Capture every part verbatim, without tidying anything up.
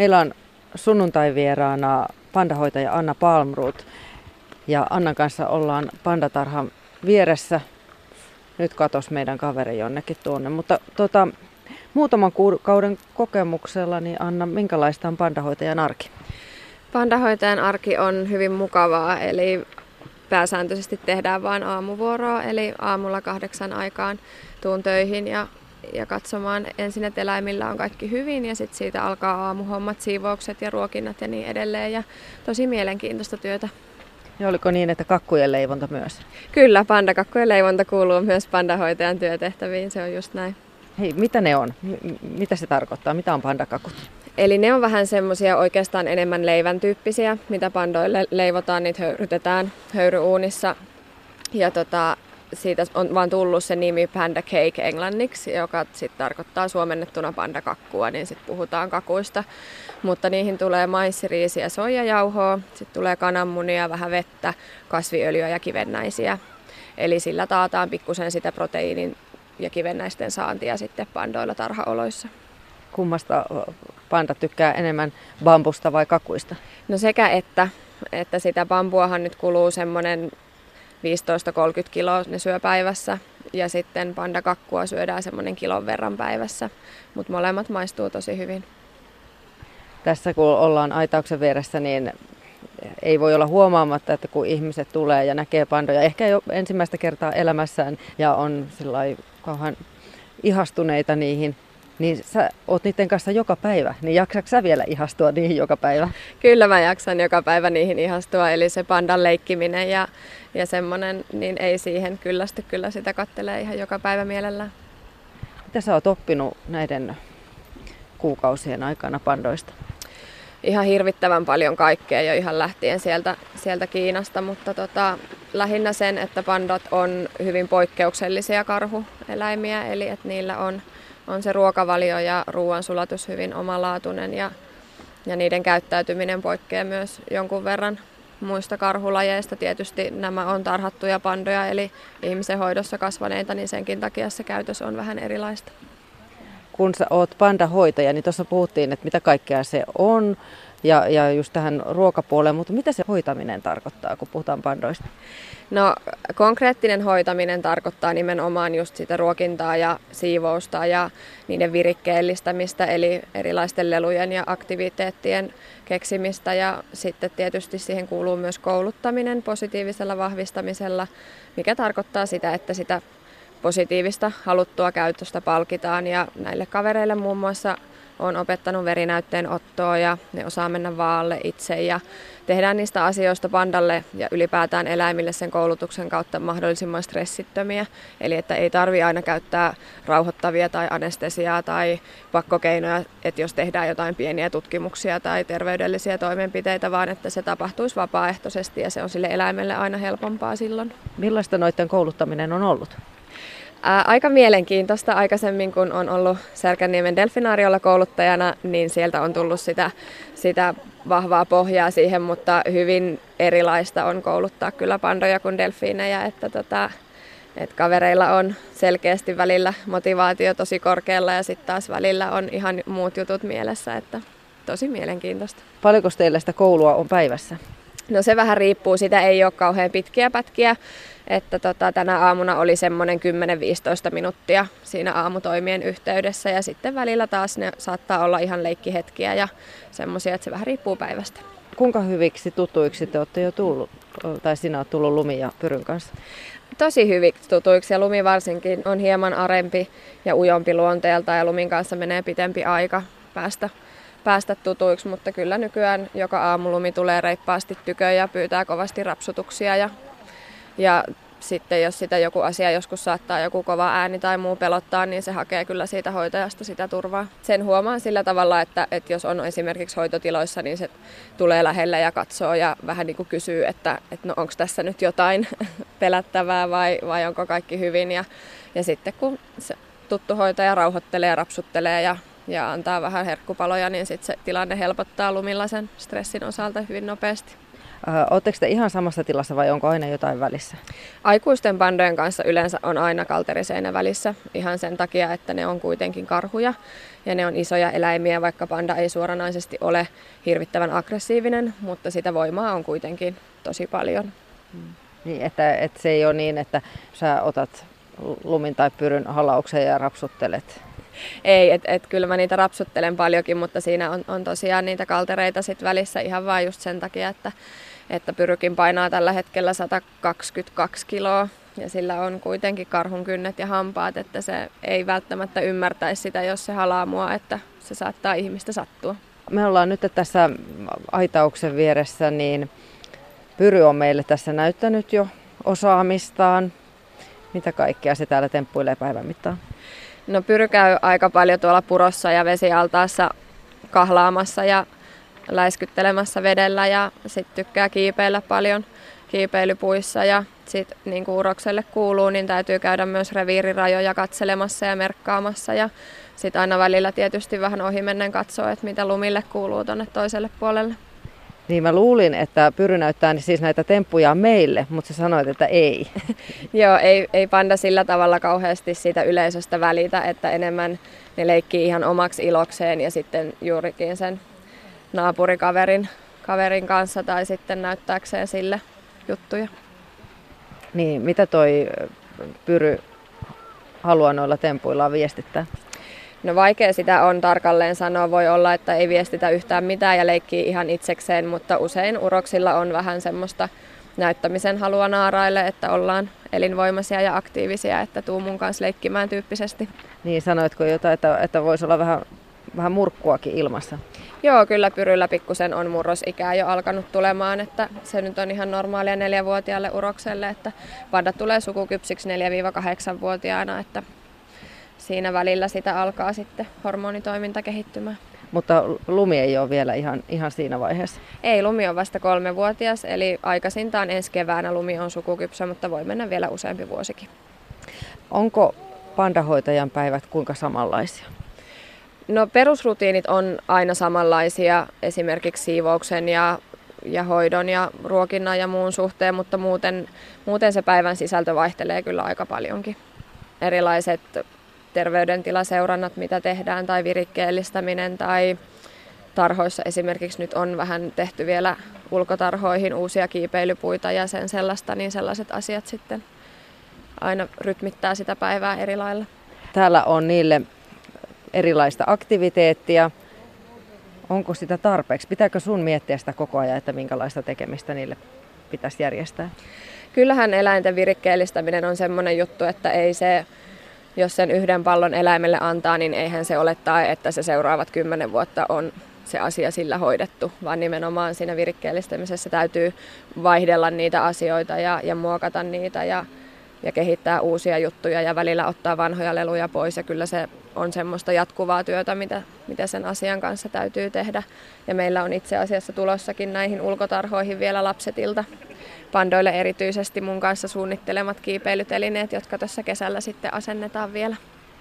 Meillä on sunnuntai-vieraana pandahoitaja Anna Palmroth ja Annan kanssa ollaan pandatarhan vieressä. Nyt katos meidän kaveri jonnekin tuonne, mutta tota, muutaman kuukauden kokemuksella, niin Anna, minkälaista on pandahoitajan arki? Pandahoitajan arki on hyvin mukavaa, eli pääsääntöisesti tehdään vain aamuvuoroa, eli aamulla kahdeksan aikaan tuun töihin ja, ja katsomaan ensin, että eläimillä on kaikki hyvin ja sitten siitä alkaa aamuhommat, siivoukset ja ruokinnat ja niin edelleen ja tosi mielenkiintoista työtä. Ja oliko niin, että kakkujen leivonta myös? Kyllä, pandakakkujen leivonta kuuluu myös pandahoitajan työtehtäviin, se on just näin. Hei, mitä ne on? M- mitä se tarkoittaa? Mitä on pandakakut? Eli ne on vähän semmoisia oikeastaan enemmän leivän tyyppisiä, mitä pandoille leivotaan, niitä höyrytetään höyryuunissa. Ja tota, siitä on vaan tullut se nimi panda cake englanniksi, joka sitten tarkoittaa suomennettuna pandakakkua, niin sitten puhutaan kakuista. Mutta niihin tulee maissi, riisi ja soijajauhoa, sitten tulee kananmunia, vähän vettä, kasviöljyä ja kivennäisiä. Eli sillä taataan pikkusen sitä proteiinin ja kivennäisten saantia sitten pandoilla tarhaoloissa. Kummasta panda tykkää enemmän, bambusta vai kakuista? No sekä että, että sitä bambuahan nyt kuluu semmoinen viisitoista kolmekymmentä kiloa ne syö päivässä ja sitten pandakakkua syödään semmoinen kilon verran päivässä, mutta molemmat maistuu tosi hyvin. Tässä kun ollaan aitauksen vieressä, niin ei voi olla huomaamatta, että kun ihmiset tulee ja näkee pandoja, ehkä jo ensimmäistä kertaa elämässään ja on sillai kauhan ihastuneita niihin, niin sä oot niiden kanssa joka päivä, niin jaksatko sä vielä ihastua niihin joka päivä? Kyllä mä jaksan joka päivä niihin ihastua, eli se pandan leikkiminen ja, ja semmoinen, niin ei siihen kyllästy, kyllä sitä kattelee ihan joka päivä mielellään. Mitä sä oot oppinut näiden kuukausien aikana pandoista? Ihan hirvittävän paljon kaikkea jo ihan lähtien sieltä, sieltä Kiinasta, mutta tota, lähinnä sen, että pandat on hyvin poikkeuksellisia karhueläimiä, eli että niillä on on se ruokavalio ja ruoansulatus hyvin omalaatuinen ja, ja niiden käyttäytyminen poikkeaa myös jonkun verran muista karhulajeista. Tietysti nämä on tarhattuja pandoja, eli ihmisen hoidossa kasvaneita, niin senkin takia se käytös on vähän erilaista. Kun sä oot pandahoitaja, niin tuossa puhuttiin, että mitä kaikkea se on ja, ja just tähän ruokapuoleen, mutta mitä se hoitaminen tarkoittaa, kun puhutaan pandoista? No konkreettinen hoitaminen tarkoittaa nimenomaan just sitä ruokintaa ja siivousta ja niiden virikkeellistämistä, eli erilaisten lelujen ja aktiviteettien keksimistä ja sitten tietysti siihen kuuluu myös kouluttaminen positiivisella vahvistamisella, mikä tarkoittaa sitä, että sitä positiivista haluttua käytöstä palkitaan ja näille kavereille muun muassa olen opettanut verinäytteen ottoa ja ne osaa mennä vaalle itse ja tehdään niistä asioista pandalle ja ylipäätään eläimille sen koulutuksen kautta mahdollisimman stressittömiä. Eli että ei tarvitse aina käyttää rauhoittavia tai anestesiaa tai pakkokeinoja, että jos tehdään jotain pieniä tutkimuksia tai terveydellisiä toimenpiteitä, vaan että se tapahtuisi vapaaehtoisesti ja se on sille eläimelle aina helpompaa silloin. Millaista noiden kouluttaminen on ollut? Ää, aika mielenkiintoista. Aikaisemmin kun on ollut Särkänniemen delfinaariolla kouluttajana, niin sieltä on tullut sitä, sitä vahvaa pohjaa siihen, mutta hyvin erilaista on kouluttaa kyllä pandoja kuin delfiinejä, että tota, et kavereilla on selkeästi välillä motivaatio tosi korkealla ja sitten taas välillä on ihan muut jutut mielessä, että tosi mielenkiintoista. Paljonko teillä sitä koulua on päivässä? No se vähän riippuu, sitä ei ole kauhean pitkiä pätkiä, että tota, tänä aamuna oli semmoinen kymmenen viisitoista minuuttia siinä aamutoimien yhteydessä ja sitten välillä taas ne saattaa olla ihan leikkihetkiä ja semmoisia, että se vähän riippuu päivästä. Kuinka hyviksi tutuiksi te olette jo tullut, tai sinä olet tullut Lumi ja Pyryn kanssa? Tosi hyviksi tutuiksi ja Lumi varsinkin on hieman arempi ja ujompi luonteelta ja Lumin kanssa menee pitempi aika päästä. päästä tutuiksi, mutta kyllä nykyään joka aamu Lumi tulee reippaasti tyköön ja pyytää kovasti rapsutuksia ja, ja sitten jos sitä joku asia joskus saattaa joku kova ääni tai muu pelottaa, niin se hakee kyllä siitä hoitajasta sitä turvaa. Sen huomaa sillä tavalla, että, että jos on esimerkiksi hoitotiloissa, niin se tulee lähelle ja katsoo ja vähän niin kuin kysyy, että, että no onko tässä nyt jotain pelättävää vai, vai onko kaikki hyvin. Ja, ja sitten kun se tuttu hoitaja rauhoittelee ja rapsuttelee ja ja antaa vähän herkkupaloja, niin sitten se tilanne helpottaa Lumilla sen stressin osalta hyvin nopeasti. Oletteko te ihan samassa tilassa vai onko aina jotain välissä? Aikuisten pandojen kanssa yleensä on aina kalteriseinä välissä ihan sen takia, että ne on kuitenkin karhuja ja ne on isoja eläimiä, vaikka panda ei suoranaisesti ole hirvittävän aggressiivinen, mutta sitä voimaa on kuitenkin tosi paljon. Niin, että, että se ei ole niin, että sä otat lumin tai pyryn halauksen ja rapsuttelet. Ei, että et kyllä mä niitä rapsuttelen paljonkin, mutta siinä on, on tosiaan niitä kaltereita sit välissä ihan vain just sen takia, että, että pyrykin painaa tällä hetkellä sata kaksikymmentäkaksi kiloa ja sillä on kuitenkin karhun kynnet ja hampaat, että se ei välttämättä ymmärtäisi sitä, jos se halaa mua, että se saattaa ihmistä sattua. Me ollaan nyt tässä aitauksen vieressä, niin Pyry on meille tässä näyttänyt jo osaamistaan. Mitä kaikkea se täällä temppuilee päivän mittaan? No Pyry käy aika paljon tuolla purossa ja vesialtaassa kahlaamassa ja läiskyttelemässä vedellä ja sitten tykkää kiipeillä paljon kiipeilypuissa ja sitten niin kuin urokselle kuuluu, niin täytyy käydä myös reviirirajoja katselemassa ja merkkaamassa ja sitten aina välillä tietysti vähän ohimennen katsoo, että mitä lumille kuuluu tuonne toiselle puolelle. Niin mä luulin, että Pyry näyttää siis näitä temppuja meille, mutta sä sanoit, että ei. Joo, ei, ei panda sillä tavalla kauheasti siitä yleisöstä välitä, että enemmän ne leikkii ihan omaksi ilokseen ja sitten juurikin sen naapurikaverin kaverin kanssa tai sitten näyttääkseen sille juttuja. Niin, mitä toi Pyry haluaa noilla tempuillaan viestittää? No vaikea sitä on tarkalleen sanoa. Voi olla, että ei viestitä yhtään mitään ja leikkii ihan itsekseen, mutta usein uroksilla on vähän semmoista näyttämisen halua naaraille, että ollaan elinvoimaisia ja aktiivisia, että tuu mun kanssa leikkimään tyyppisesti. Niin, sanoitko jotain, että, että voisi olla vähän, vähän murkkuakin ilmassa? Joo, kyllä Pyryllä pikkusen on murrosikää jo alkanut tulemaan, että se nyt on ihan normaalia neljävuotiaalle urokselle, että pandat tulee sukukypsiksi neljä kahdeksan vuotiaana, että siinä välillä sitä alkaa sitten hormonitoiminta kehittymään. Mutta Lumi ei ole vielä ihan, ihan siinä vaiheessa? Ei, Lumi on vasta kolmevuotias, eli aikaisintaan ensi keväänä Lumi on sukukypsä, mutta voi mennä vielä useampi vuosikin. Onko pandahoitajan päivät kuinka samanlaisia? No perusrutiinit on aina samanlaisia, esimerkiksi siivouksen ja, ja hoidon ja ruokinnan ja muun suhteen, mutta muuten, muuten se päivän sisältö vaihtelee kyllä aika paljonkin. Erilaiset terveydentilaseurannat, mitä tehdään, tai virikkeellistäminen, tai tarhoissa esimerkiksi nyt on vähän tehty vielä ulkotarhoihin uusia kiipeilypuita ja sen sellaista, niin sellaiset asiat sitten aina rytmittää sitä päivää eri lailla. Täällä on niille erilaista aktiviteettia. Onko sitä tarpeeksi? Pitääkö sun miettiä sitä koko ajan, että minkälaista tekemistä niille pitäisi järjestää? Kyllähän eläinten virikkeellistäminen on semmoinen juttu, että ei se, jos sen yhden pallon eläimelle antaa, niin eihän se olettaa, että se seuraavat kymmenen vuotta on se asia sillä hoidettu, vaan nimenomaan siinä virikkeellistämisessä täytyy vaihdella niitä asioita ja, ja muokata niitä ja, ja kehittää uusia juttuja ja välillä ottaa vanhoja leluja pois. Ja kyllä se on semmoista jatkuvaa työtä, mitä, mitä sen asian kanssa täytyy tehdä. Ja meillä on itse asiassa tulossakin näihin ulkotarhoihin vielä lapsetilta. Pandoille erityisesti mun kanssa suunnittelemat kiipeilytelineet, jotka tässä kesällä sitten asennetaan vielä.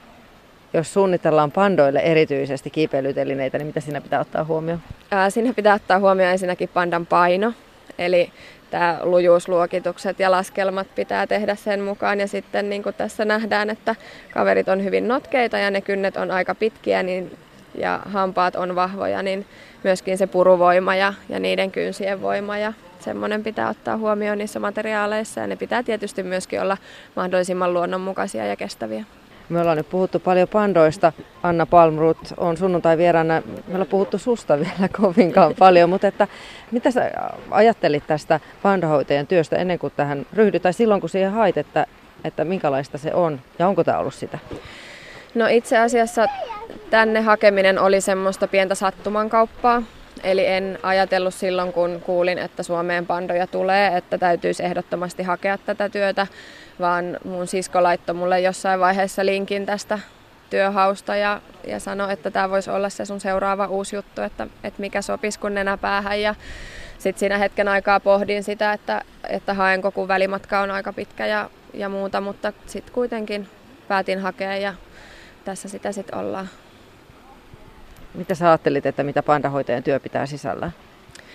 Jos suunnitellaan pandoille erityisesti kiipeilytelineitä, niin mitä siinä pitää ottaa huomioon? Ää, siinä pitää ottaa huomioon ensinnäkin pandan paino, eli tämä lujuusluokitukset ja laskelmat pitää tehdä sen mukaan. Ja sitten niin kuin tässä nähdään, että kaverit on hyvin notkeita ja ne kynnet on aika pitkiä niin, ja hampaat on vahvoja, niin myöskin se puruvoima ja, ja niiden kynsien voima ja semmoinen pitää ottaa huomioon niissä materiaaleissa ja ne pitää tietysti myöskin olla mahdollisimman luonnonmukaisia ja kestäviä. Me ollaan nyt puhuttu paljon pandoista. Anna Palmroth on sunnuntai vieraana. Me ollaan puhuttu susta vielä kovinkaan paljon, mutta että, mitä sä ajattelit tästä pandahoitajan työstä ennen kuin tähän ryhdyt, tai silloin kun siihen hait, että, että minkälaista se on ja onko tämä ollut sitä? No itse asiassa tänne hakeminen oli semmoista pientä sattumankauppaa. Eli en ajatellut silloin, kun kuulin, että Suomeen pandoja tulee, että täytyisi ehdottomasti hakea tätä työtä, vaan mun sisko laittoi mulle jossain vaiheessa linkin tästä työhausta ja, ja sanoi, että tämä voisi olla se sun seuraava uusi juttu, että, että mikä sopisi kun nenäpäähän. Ja sitten siinä hetken aikaa pohdin sitä, että, että haenko, kun välimatka on aika pitkä ja, ja muuta, mutta sitten kuitenkin päätin hakea ja tässä sitä sitten ollaan. Mitä sä ajattelit, että mitä pandahoitajan työ pitää sisällään?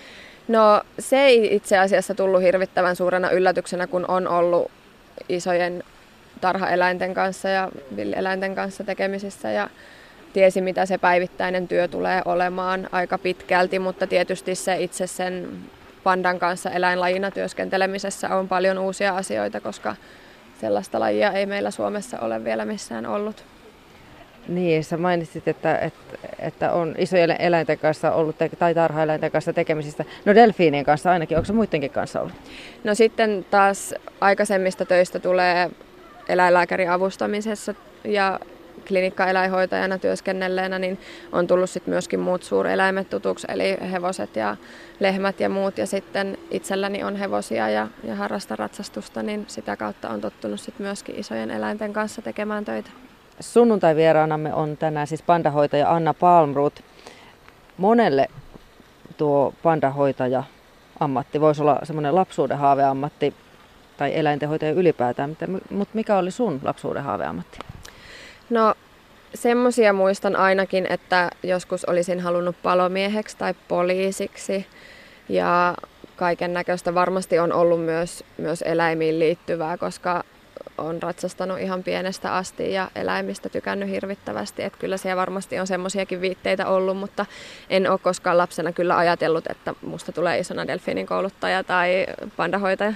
No se ei itse asiassa tullut hirvittävän suurena yllätyksenä, kun on ollut isojen tarhaeläinten kanssa ja villieläinten kanssa tekemisissä ja tiesi, mitä se päivittäinen työ tulee olemaan aika pitkälti, mutta tietysti se itse sen pandan kanssa eläinlajina työskentelemisessä on paljon uusia asioita, koska sellaista lajia ei meillä Suomessa ole vielä missään ollut. Niin, sä mainitsit, että, että, että on isojen eläinten kanssa ollut tai tarhaeläinten kanssa tekemisissä. No delfiinien kanssa ainakin, onko se muidenkin kanssa ollut? No sitten taas aikaisemmista töistä tulee eläinlääkärin avustamisessa ja klinikkaeläinhoitajana työskennelleenä, niin on tullut sitten myöskin muut suureläimet tutuksi, eli hevoset ja lehmät ja muut. Ja sitten itselläni on hevosia ja, ja harrasta ratsastusta, niin sitä kautta on tottunut sitten myöskin isojen eläinten kanssa tekemään töitä. Sunnuntai-vieraanamme on tänään siis pandahoitaja Anna Palmroth. Monelle tuo pandahoitaja-ammatti voisi olla semmoinen lapsuuden haaveammatti tai eläintenhoitaja ylipäätään, mutta mikä oli sun lapsuuden haaveammatti? No semmoisia muistan ainakin, että joskus olisin halunnut palomieheksi tai poliisiksi ja kaiken näköistä varmasti on ollut myös, myös eläimiin liittyvää, koska olen ratsastanut ihan pienestä asti ja eläimistä tykännyt hirvittävästi. Että kyllä siellä varmasti on semmoisiakin viitteitä ollut, mutta en ole koskaan lapsena kyllä ajatellut, että musta tulee isona delfiinin kouluttaja tai pandahoitaja.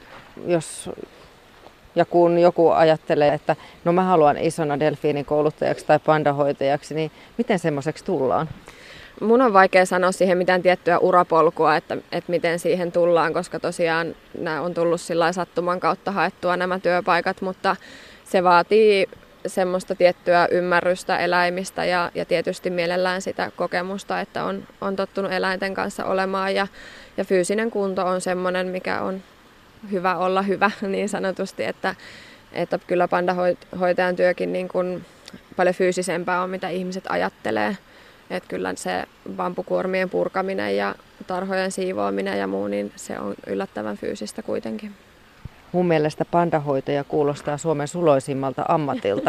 Jos ja kun joku ajattelee, että no mä haluan isona delfiinin kouluttajaksi tai pandahoitajaksi, niin miten semmoiseksi tullaan? Mun on vaikea sanoa siihen mitään tiettyä urapolkua, että, että miten siihen tullaan, koska tosiaan nämä on tullut sillä sattuman kautta haettua nämä työpaikat, mutta se vaatii semmoista tiettyä ymmärrystä eläimistä ja, ja tietysti mielellään sitä kokemusta, että on, on tottunut eläinten kanssa olemaan ja, ja fyysinen kunto on semmoinen, mikä on hyvä olla hyvä niin sanotusti, että, että kyllä pandahoitajan työkin niin kuin paljon fyysisempää on, mitä ihmiset ajattelee. Että kyllä se bambukuormien purkaminen ja tarhojen siivoaminen ja muu, niin se on yllättävän fyysistä kuitenkin. Mun mielestä pandahoitaja kuulostaa Suomen suloisimmalta ammatilta.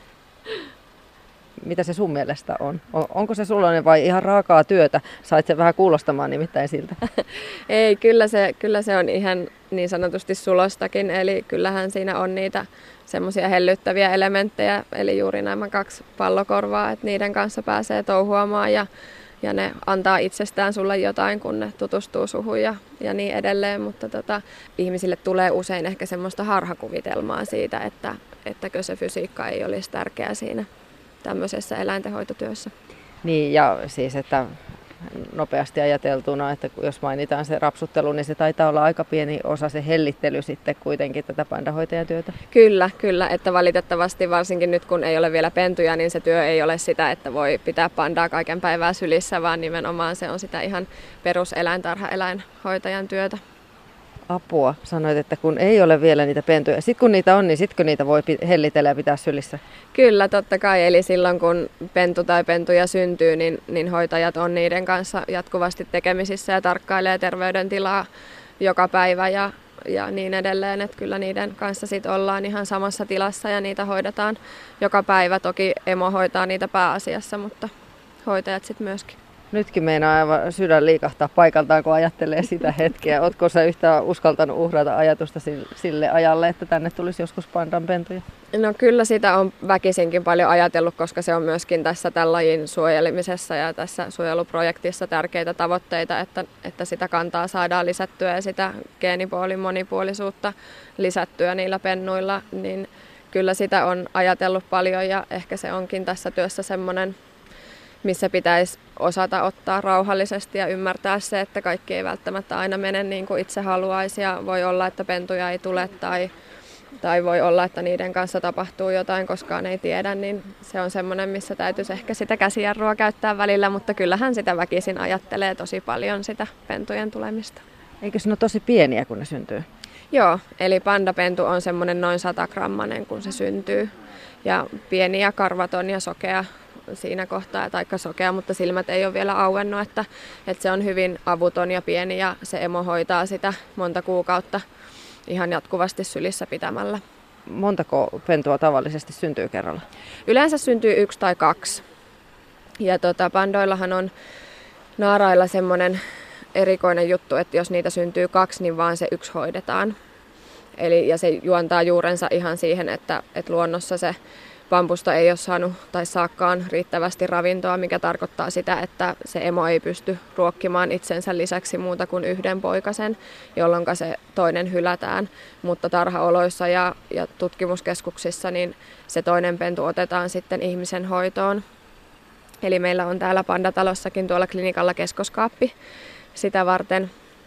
Mitä se sun mielestä on? Onko se suloinen vai ihan raakaa työtä? Sait sen vähän kuulostamaan nimittäin siltä. Ei, kyllä se, kyllä se on ihan niin sanotusti sulostakin. Eli kyllähän siinä on niitä semmoisia hellyttäviä elementtejä, eli juuri nämä kaksi pallokorvaa, että niiden kanssa pääsee touhuamaan ja, ja ne antaa itsestään sulle jotain, kun ne tutustuu suhun ja, ja niin edelleen. Mutta tota, ihmisille tulee usein ehkä semmoista harhakuvitelmaa siitä, että ettäkö se fysiikka ei olisi tärkeää siinä tämmöisessä eläintenhoitotyössä. Niin, ja siis, että nopeasti ajateltuna, että jos mainitaan se rapsuttelu, niin se taitaa olla aika pieni osa se hellittely sitten kuitenkin tätä pandahoitajan työtä. Kyllä, kyllä, että valitettavasti varsinkin nyt kun ei ole vielä pentuja, niin se työ ei ole sitä, että voi pitää pandaa kaiken päivää sylissä, vaan nimenomaan se on sitä ihan peruseläintarha-eläinhoitajan työtä. Apua, sanoit, että kun ei ole vielä niitä pentuja. Sitten kun niitä on, niin sitten niitä voi hellitellä ja pitää sylissä? Kyllä, totta kai. Eli silloin kun pentu tai pentuja syntyy, niin, niin hoitajat on niiden kanssa jatkuvasti tekemisissä ja tarkkailee terveydentilaa joka päivä ja, ja niin edelleen. Että kyllä niiden kanssa sit ollaan ihan samassa tilassa ja niitä hoidetaan joka päivä. Toki emo hoitaa niitä pääasiassa, mutta hoitajat sitten myöskin. Nytkin meinaa aivan sydän liikahtaa paikaltaan, kun ajattelee sitä hetkeä. Ootko sä yhtään uskaltanut uhrata ajatusta sille ajalle, että tänne tulisi joskus pandanpentuja? No kyllä sitä on väkisinkin paljon ajatellut, koska se on myöskin tässä tämän lajin suojelemisessa ja tässä suojeluprojektissa tärkeitä tavoitteita, että, että sitä kantaa saadaan lisättyä ja sitä geenipoolin monipuolisuutta lisättyä niillä pennuilla, niin kyllä sitä on ajatellut paljon ja ehkä se onkin tässä työssä semmoinen, missä pitäisi osata ottaa rauhallisesti ja ymmärtää se, että kaikki ei välttämättä aina mene niin kuin itse haluaisi ja voi olla, että pentuja ei tule tai, tai voi olla, että niiden kanssa tapahtuu jotain, koskaan ei tiedä, niin se on semmoinen, missä täytyisi ehkä sitä käsijarrua käyttää välillä, mutta kyllähän sitä väkisin ajattelee tosi paljon sitä pentujen tulemista. Eikö se ole tosi pieniä, kun ne syntyy? Joo, eli pandapentu on semmoinen noin sata grammanen, kun se syntyy ja pieni ja karvaton ja sokea siinä kohtaa, taikka sokea, mutta silmät ei ole vielä auennut, että, että se on hyvin avuton ja pieni ja se emo hoitaa sitä monta kuukautta ihan jatkuvasti sylissä pitämällä. Montako pentua tavallisesti syntyy kerralla? Yleensä syntyy yksi tai kaksi. Ja tota, pandoillahan on naarailla semmoinen erikoinen juttu, että jos niitä syntyy kaksi, niin vaan se yksi hoidetaan. Eli, ja se juontaa juurensa ihan siihen, että, että luonnossa se bambusto ei ole saanut tai saakkaan riittävästi ravintoa, mikä tarkoittaa sitä, että se emo ei pysty ruokkimaan itsensä lisäksi muuta kuin yhden poikasen, jolloin se toinen hylätään. Mutta tarhaoloissa ja, ja tutkimuskeskuksissa niin se toinen pentu otetaan sitten ihmisen hoitoon. Eli meillä on täällä Pandatalossakin tuolla klinikalla keskoskaappi sitä varten,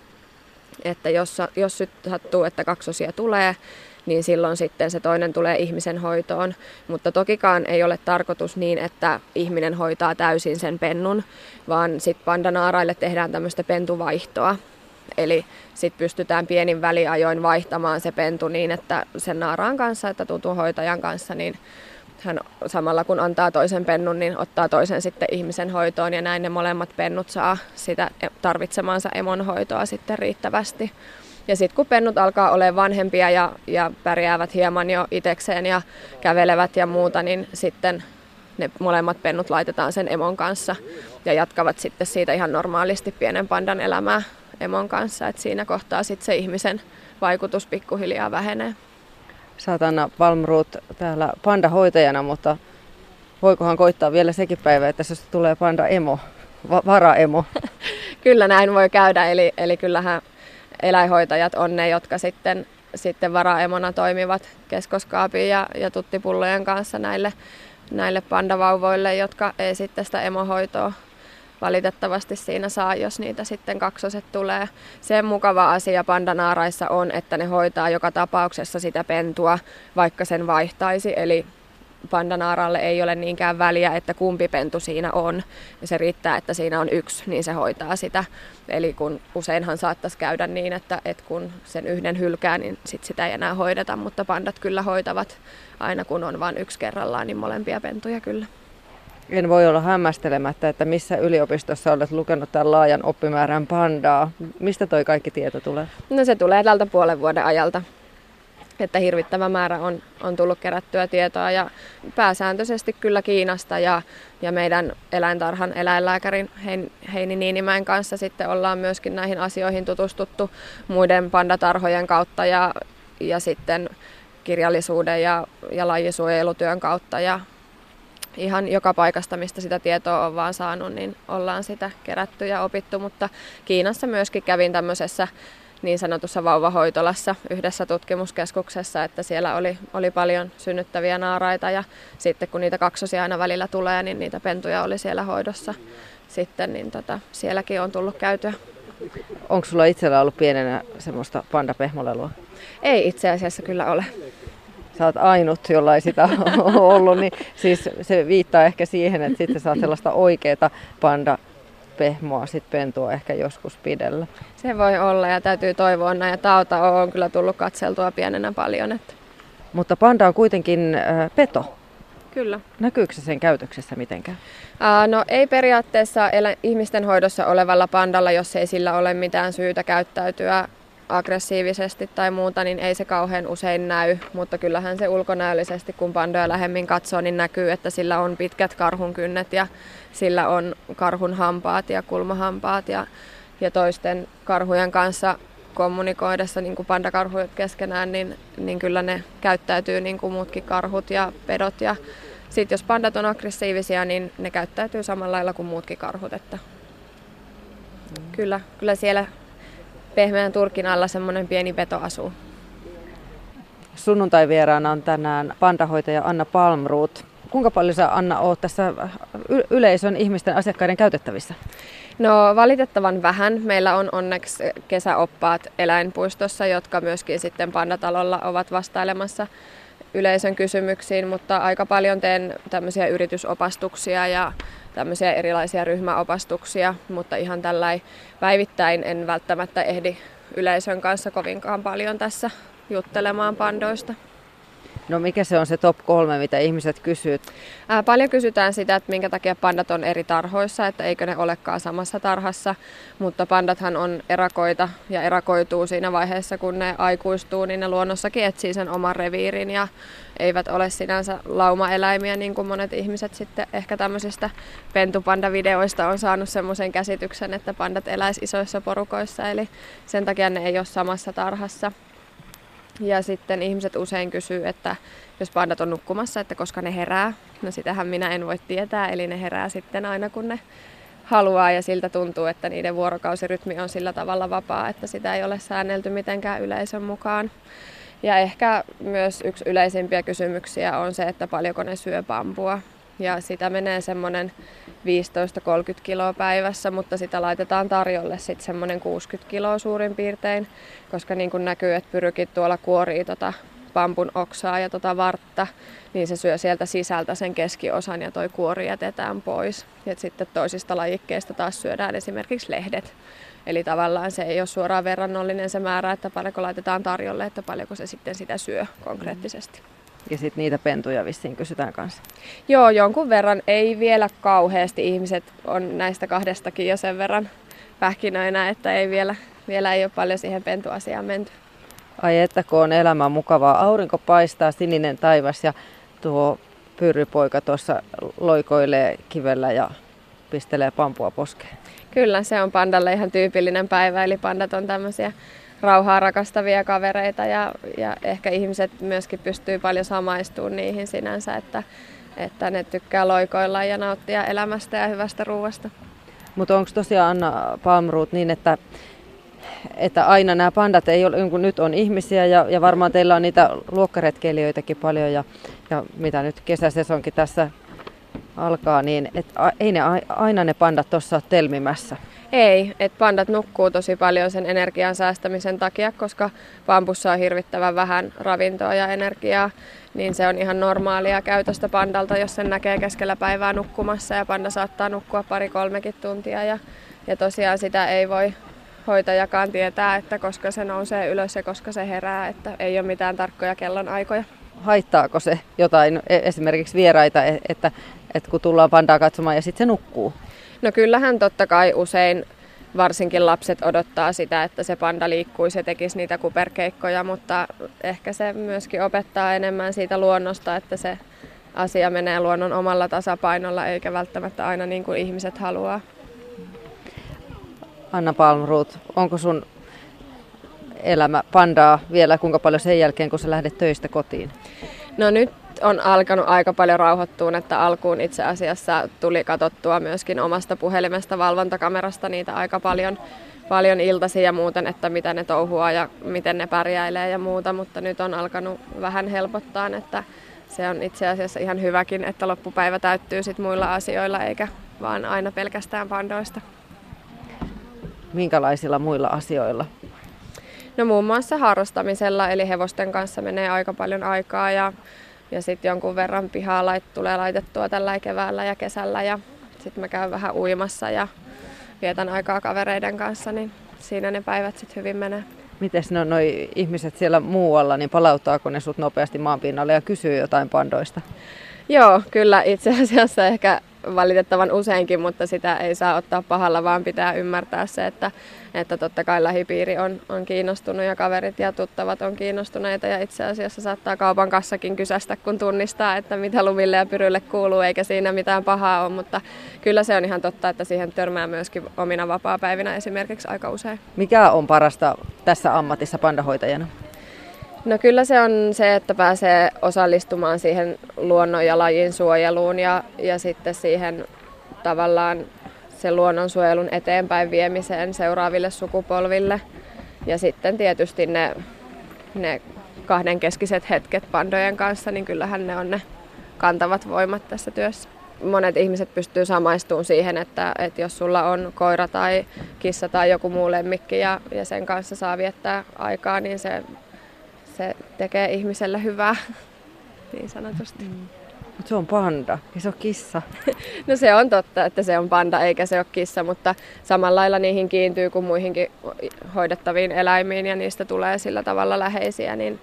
että jos, jos sattuu, että kaksosia tulee, niin silloin sitten se toinen tulee ihmisen hoitoon. Mutta tokikaan ei ole tarkoitus niin, että ihminen hoitaa täysin sen pennun, vaan sitten pandanaaraille tehdään tämmöistä pentuvaihtoa. Eli sitten pystytään pienin väliajoin vaihtamaan se pentu niin, että sen naaraan kanssa, että tutun hoitajan kanssa, niin hän samalla kun antaa toisen pennun, niin ottaa toisen sitten ihmisen hoitoon ja näin ne molemmat pennut saa sitä tarvitsemaansa emon hoitoa sitten riittävästi. Ja sitten kun pennut alkaa olemaan vanhempia ja, ja pärjäävät hieman jo itekseen ja kävelevät ja muuta, niin sitten ne molemmat pennut laitetaan sen emon kanssa ja jatkavat sitten siitä ihan normaalisti pienen pandan elämää emon kanssa. Et siinä kohtaa sitten se ihmisen vaikutus pikkuhiljaa vähenee. Sä oot Anna Palmroth täällä pandahoitajana, mutta voikohan koittaa vielä sekin päivä, että se tulee panda-emo, va- varaemo? Kyllä näin voi käydä, eli, eli kyllähän eläinhoitajat on ne, jotka sitten, sitten varaemona toimivat keskoskaapin ja, ja tuttipullojen kanssa näille, näille pandavauvoille, jotka ei sitten sitä emohoitoa valitettavasti siinä saa, jos niitä sitten kaksoset tulee. Se mukava asia pandanaaraissa on, että ne hoitaa joka tapauksessa sitä pentua, vaikka sen vaihtaisi. Eli pandanaaralle ei ole niinkään väliä, että kumpi pentu siinä on. Ja se riittää, että siinä on yksi, niin se hoitaa sitä. Eli kun useinhan saattaisi käydä niin, että, että kun sen yhden hylkää, niin sit sitä ei enää hoideta. Mutta pandat kyllä hoitavat aina, kun on vain yksi kerrallaan, niin molempia pentuja kyllä. En voi olla hämmästelemättä, että missä yliopistossa olet lukenut tämän laajan oppimäärän pandaa. Mistä toi kaikki tieto tulee? No se tulee tältä puolen vuoden ajalta. Että hirvittävä määrä on, on tullut kerättyä tietoa ja pääsääntöisesti kyllä Kiinasta ja, ja meidän eläintarhan eläinlääkärin Hein, Heini Niinimäen kanssa sitten ollaan myöskin näihin asioihin tutustuttu muiden pandatarhojen kautta ja, ja sitten kirjallisuuden ja, ja lajisuojelutyön kautta ja ihan joka paikasta, mistä sitä tietoa on vaan saanut, niin ollaan sitä kerätty ja opittu, mutta Kiinassa myöskin kävin tämmöisessä niin sanotussa vauvahoitolassa yhdessä tutkimuskeskuksessa, että siellä oli, oli paljon synnyttäviä naaraita ja sitten kun niitä kaksosia aina välillä tulee, niin niitä pentuja oli siellä hoidossa sitten, niin tota, sielläkin on tullut käytyä. Onko sulla itsellä ollut pienenä semmoista pandapehmolelua? Ei itse asiassa kyllä ole. Sä oot ainut, jolla ei sitä ole ollut, niin siis se viittaa ehkä siihen, että sitten saat sellaista oikeaa pandapehmoa, sit pentua ehkä joskus pidellä. Se voi olla ja täytyy toivoa näin, ja tauta on kyllä tullut katseltua pienenä paljon. Että. Mutta panda on kuitenkin äh, peto. Kyllä. Näkyykö se sen käytöksessä mitenkään? Ää, no ei periaatteessa elä, ihmisten hoidossa olevalla pandalla, jos ei sillä ole mitään syytä käyttäytyä aggressiivisesti tai muuta, niin ei se kauhean usein näy, mutta kyllähän se ulkonäöllisesti, kun pandoja lähemmin katsoo, niin näkyy, että sillä on pitkät karhunkynnet ja sillä on karhun hampaat ja kulmahampaat ja, ja toisten karhujen kanssa kommunikoidessa, niin kuin pandakarhut keskenään, niin, niin kyllä ne käyttäytyy niin kuin muutkin karhut ja pedot. Ja sitten jos pandat on aggressiivisia, niin ne käyttäytyy samalla lailla kuin muutkin karhut. Että mm. kyllä, kyllä siellä pehmeän turkin alla semmoinen pieni peto asuu. Sunnuntai vieraana on tänään pandahoitaja Anna Palmroth. Kuinka paljon sä, Anna, oot tässä yleisön ihmisten asiakkaiden käytettävissä? No valitettavan vähän. Meillä on onneksi kesäoppaat eläinpuistossa, jotka myöskin sitten Pandatalolla ovat vastailemassa yleisön kysymyksiin, mutta aika paljon teen tämmöisiä yritysopastuksia ja tämmöisiä erilaisia ryhmäopastuksia, mutta ihan tällainen päivittäin en välttämättä ehdi yleisön kanssa kovinkaan paljon tässä juttelemaan pandoista. No mikä se on se top kolme, mitä ihmiset kysyy? Ää, paljon kysytään sitä, että minkä takia pandat on eri tarhoissa, että eikö ne olekaan samassa tarhassa, mutta pandathan on erakoita ja erakoituu siinä vaiheessa, kun ne aikuistuu, niin ne luonnossakin etsii sen oman reviirin ja eivät ole sinänsä laumaeläimiä, niin kuin monet ihmiset sitten ehkä tämmöisistä pentupandavideoista on saanut semmoisen käsityksen, että pandat eläisi isoissa porukoissa, eli sen takia ne ei ole samassa tarhassa. Ja sitten ihmiset usein kysyy, että jos pandat on nukkumassa, että koska ne herää. No sitähän minä en voi tietää, eli ne herää sitten aina kun ne haluaa ja siltä tuntuu, että niiden vuorokausirytmi on sillä tavalla vapaa, että sitä ei ole säännelty mitenkään yleisön mukaan. Ja ehkä myös yksi yleisimpiä kysymyksiä on se, että paljonko ne syö bambua. Ja sitä menee semmoinen viisitoista kolmekymmentä kiloa päivässä, mutta sitä laitetaan tarjolle sitten semmoinen kuusikymmentä kiloa suurin piirtein, koska niin kuin näkyy, että pyrykin tuolla kuorii tota bambun oksaa ja tota vartta, niin se syö sieltä sisältä sen keskiosan ja toi kuori jätetään pois. Ja sitten toisista lajikkeista taas syödään esimerkiksi lehdet. Eli tavallaan se ei ole suoraan verrannollinen se määrä, että paljonko laitetaan tarjolle, että paljonko se sitten sitä syö konkreettisesti. Ja sitten niitä pentuja vissiin kysytään kanssa. Joo, jonkun verran. Ei vielä kauheasti. Ihmiset on näistä kahdestakin jo sen verran pähkinöinä, että ei vielä, vielä ei ole paljon siihen pentuasiaan menty. Ai että kun on elämä mukavaa. Aurinko paistaa, sininen taivas ja tuo pyrrypoika tuossa loikoilee kivellä ja pistelee pampua poskeen. Kyllä, se on pandalle ihan tyypillinen päivä. Eli pandat on tämmöisiä rauhaa rakastavia kavereita ja, ja ehkä ihmiset myöskin pystyy paljon samaistumaan niihin sinänsä, että, että ne tykkää loikoilla ja nauttia elämästä ja hyvästä ruuasta. Mutta onko tosiaan Anna Palmroth niin, että, että aina nämä pandat ei ole, kun nyt on ihmisiä ja, ja varmaan teillä on niitä luokkaretkeilijöitäkin paljon ja, ja mitä nyt kesäsesonkin tässä alkaa, niin et, a, ei ne aina ne pandat tuossa ole telmimässä. Ei, että pandat nukkuu tosi paljon sen energian säästämisen takia, koska bambussa on hirvittävän vähän ravintoa ja energiaa, niin se on ihan normaalia käytöstä pandalta, jos sen näkee keskellä päivää nukkumassa ja panda saattaa nukkua pari-kolmekin tuntia ja, ja tosiaan sitä ei voi hoitajakaan tietää, että koska se nousee ylös ja koska se herää, että ei ole mitään tarkkoja kellonaikoja. Haittaako se jotain esimerkiksi vieraita, että, että kun tullaan pandaa katsomaan ja sitten se nukkuu? No kyllähän totta kai usein varsinkin lapset odottaa sitä, että se panda liikkuisi ja tekisi niitä kuperkeikkoja, mutta ehkä se myöskin opettaa enemmän siitä luonnosta, että se asia menee luonnon omalla tasapainolla eikä välttämättä aina niin kuin ihmiset haluaa. Anna Palmroth, onko sun elämä pandaa vielä kuinka paljon sen jälkeen, kun sä lähdet töistä kotiin? No nyt on alkanut aika paljon rauhoittua, että alkuun itse asiassa tuli katsottua myöskin omasta puhelimesta valvontakamerasta niitä aika paljon, paljon iltaisin ja muuten, että mitä ne touhuaa ja miten ne pärjäilee ja muuta, mutta nyt on alkanut vähän helpottaa, että se on itse asiassa ihan hyväkin, että loppupäivä täyttyy sit muilla asioilla eikä vaan aina pelkästään pandoista. Minkälaisilla muilla asioilla? No muun muassa harrastamisella, eli hevosten kanssa menee aika paljon aikaa ja, ja sitten jonkun verran pihaa lait, tulee laitettua tällä keväällä ja kesällä ja sitten mä käyn vähän uimassa ja vietän aikaa kavereiden kanssa, niin siinä ne päivät sitten hyvin menee. Mites no, noi ihmiset siellä muualla, niin palauttaako ne sut nopeasti maanpinnalle ja kysyy jotain pandoista? Joo, kyllä itse asiassa ehkä valitettavan useinkin, mutta sitä ei saa ottaa pahalla, vaan pitää ymmärtää se, että, että totta kai lähipiiri on, on kiinnostunut ja kaverit ja tuttavat on kiinnostuneita ja itse asiassa saattaa kaupan kassakin kysästä, kun tunnistaa, että mitä Lumille ja Pyrylle kuuluu, eikä siinä mitään pahaa ole, mutta kyllä se on ihan totta, että siihen törmää myöskin omina vapaapäivinä esimerkiksi aika usein. Mikä on parasta tässä ammatissa pandahoitajana? No kyllä se on se, että pääsee osallistumaan siihen luonnon ja lajin suojeluun ja, ja sitten siihen tavallaan sen luonnonsuojelun eteenpäin viemiseen seuraaville sukupolville. Ja sitten tietysti ne, ne kahdenkeskiset hetket pandojen kanssa, niin kyllähän ne on ne kantavat voimat tässä työssä. Monet ihmiset pystyy samaistumaan siihen, että, että jos sulla on koira tai kissa tai joku muu lemmikki ja, ja sen kanssa saa viettää aikaa, niin se Se tekee ihmiselle hyvää, niin sanotusti. Mm. Mutta se on panda, ei se ole kissa. No se on totta, että se on panda eikä se ole kissa, mutta samalla lailla niihin kiintyy kuin muihinkin hoidettaviin eläimiin ja niistä tulee sillä tavalla läheisiä, niin,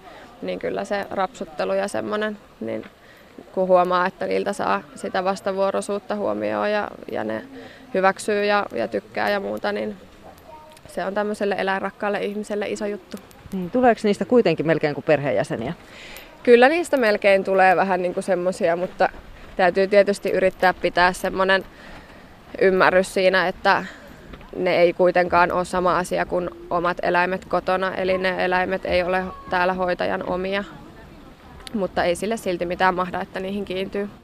niin kyllä se rapsuttelu ja semmoinen, niin kun huomaa, että niiltä saa sitä vastavuoroisuutta huomioon ja, ja ne hyväksyy ja, ja tykkää ja muuta, niin se on tämmöiselle eläinrakkaalle ihmiselle iso juttu. Niin, tuleeko niistä kuitenkin melkein kuin perheenjäseniä? Kyllä niistä melkein tulee vähän niin kuin semmoisia, mutta täytyy tietysti yrittää pitää semmoinen ymmärrys siinä, että ne ei kuitenkaan ole sama asia kuin omat eläimet kotona, eli ne eläimet ei ole täällä hoitajan omia, mutta ei sille silti mitään mahda, että niihin kiintyy.